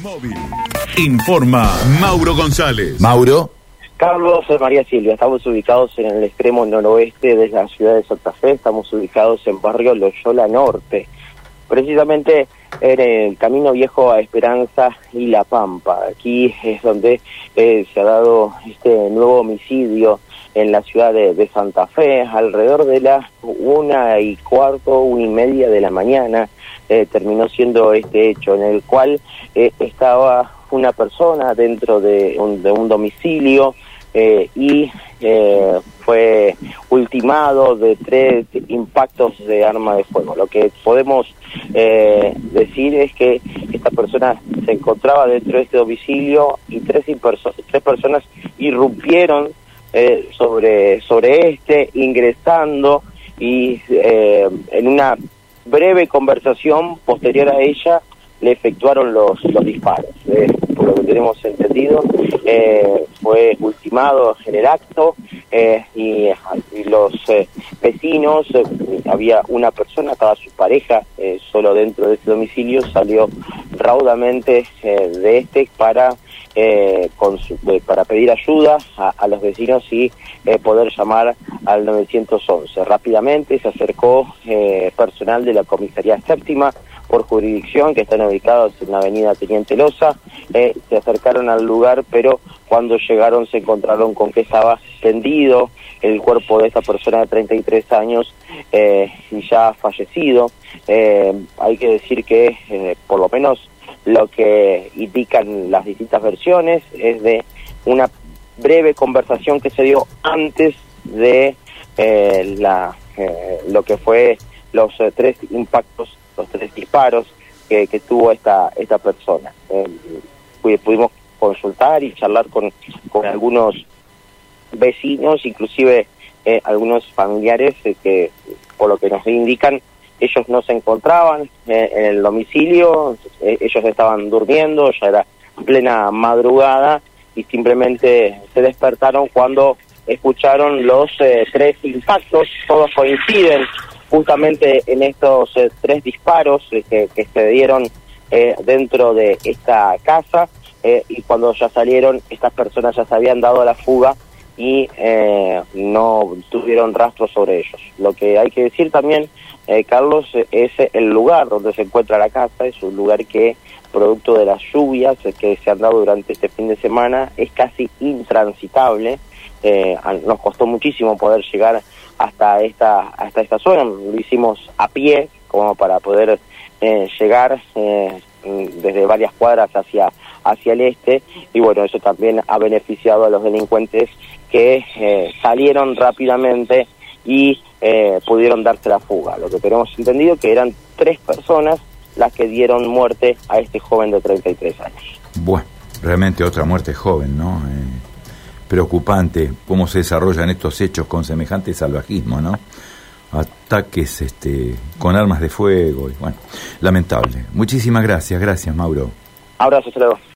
Móvil. Informa Mauro González. Mauro. Carlos, María Silvia, estamos ubicados en el extremo noroeste de la ciudad de Santa Fe, estamos ubicados en barrio Loyola Norte, precisamente en el camino viejo a Esperanza y La Pampa. Aquí es donde se ha dado este nuevo homicidio en la ciudad de Santa Fe, alrededor de las 1:15, 1:30 de la mañana, terminó siendo este hecho, en el cual estaba una persona dentro de un domicilio, y fue ultimado de 3 impactos de arma de fuego. Lo que podemos decir es que esta persona se encontraba dentro de este domicilio y tres personas irrumpieron sobre este, ingresando, y en una breve conversación posterior a ella le efectuaron los disparos. Por lo que tenemos entendido, fue ultimado en el acto, y los vecinos, había una persona, estaba su pareja solo dentro de este domicilio, salió raudamente de este para pedir ayuda a los vecinos y poder llamar al 911. Rápidamente se acercó personal de la comisaría séptima por jurisdicción, que están ubicados en la avenida Teniente Loza. Se acercaron al lugar, pero cuando llegaron se encontraron con que estaba tendido el cuerpo de esta persona de 33 años y ya fallecido. Hay que decir que por lo menos lo que indican las distintas versiones es de una breve conversación que se dio antes de lo que fue los 3 impactos, los 3 disparos que tuvo esta persona. Pudimos consultar y charlar con algunos vecinos, inclusive algunos familiares que, por lo que nos indican, ellos no se encontraban en el domicilio, ellos estaban durmiendo, ya era plena madrugada, y simplemente se despertaron cuando escucharon los 3 impactos. Todos coinciden justamente en estos 3 disparos que se dieron dentro de esta casa, y cuando ya salieron, estas personas ya se habían dado a la fuga y no tuvieron rastro sobre ellos. Lo que hay que decir también, Carlos, es el lugar donde se encuentra la casa. Es un lugar que, producto de las lluvias que se han dado durante este fin de semana, es casi intransitable. Nos costó muchísimo poder llegar hasta esta zona. Lo hicimos a pie, como para poder llegar desde varias cuadras hacia el este, y bueno, eso también ha beneficiado a los delincuentes que salieron rápidamente y pudieron darse la fuga. Lo que tenemos entendido que eran 3 personas las que dieron muerte a este joven de 33 años. Bueno, realmente otra muerte joven, ¿no? Preocupante cómo se desarrollan estos hechos con semejante salvajismo, ¿no? Ataques con armas de fuego, y bueno, lamentable. Muchísimas gracias, Mauro. Abrazo, hasta luego.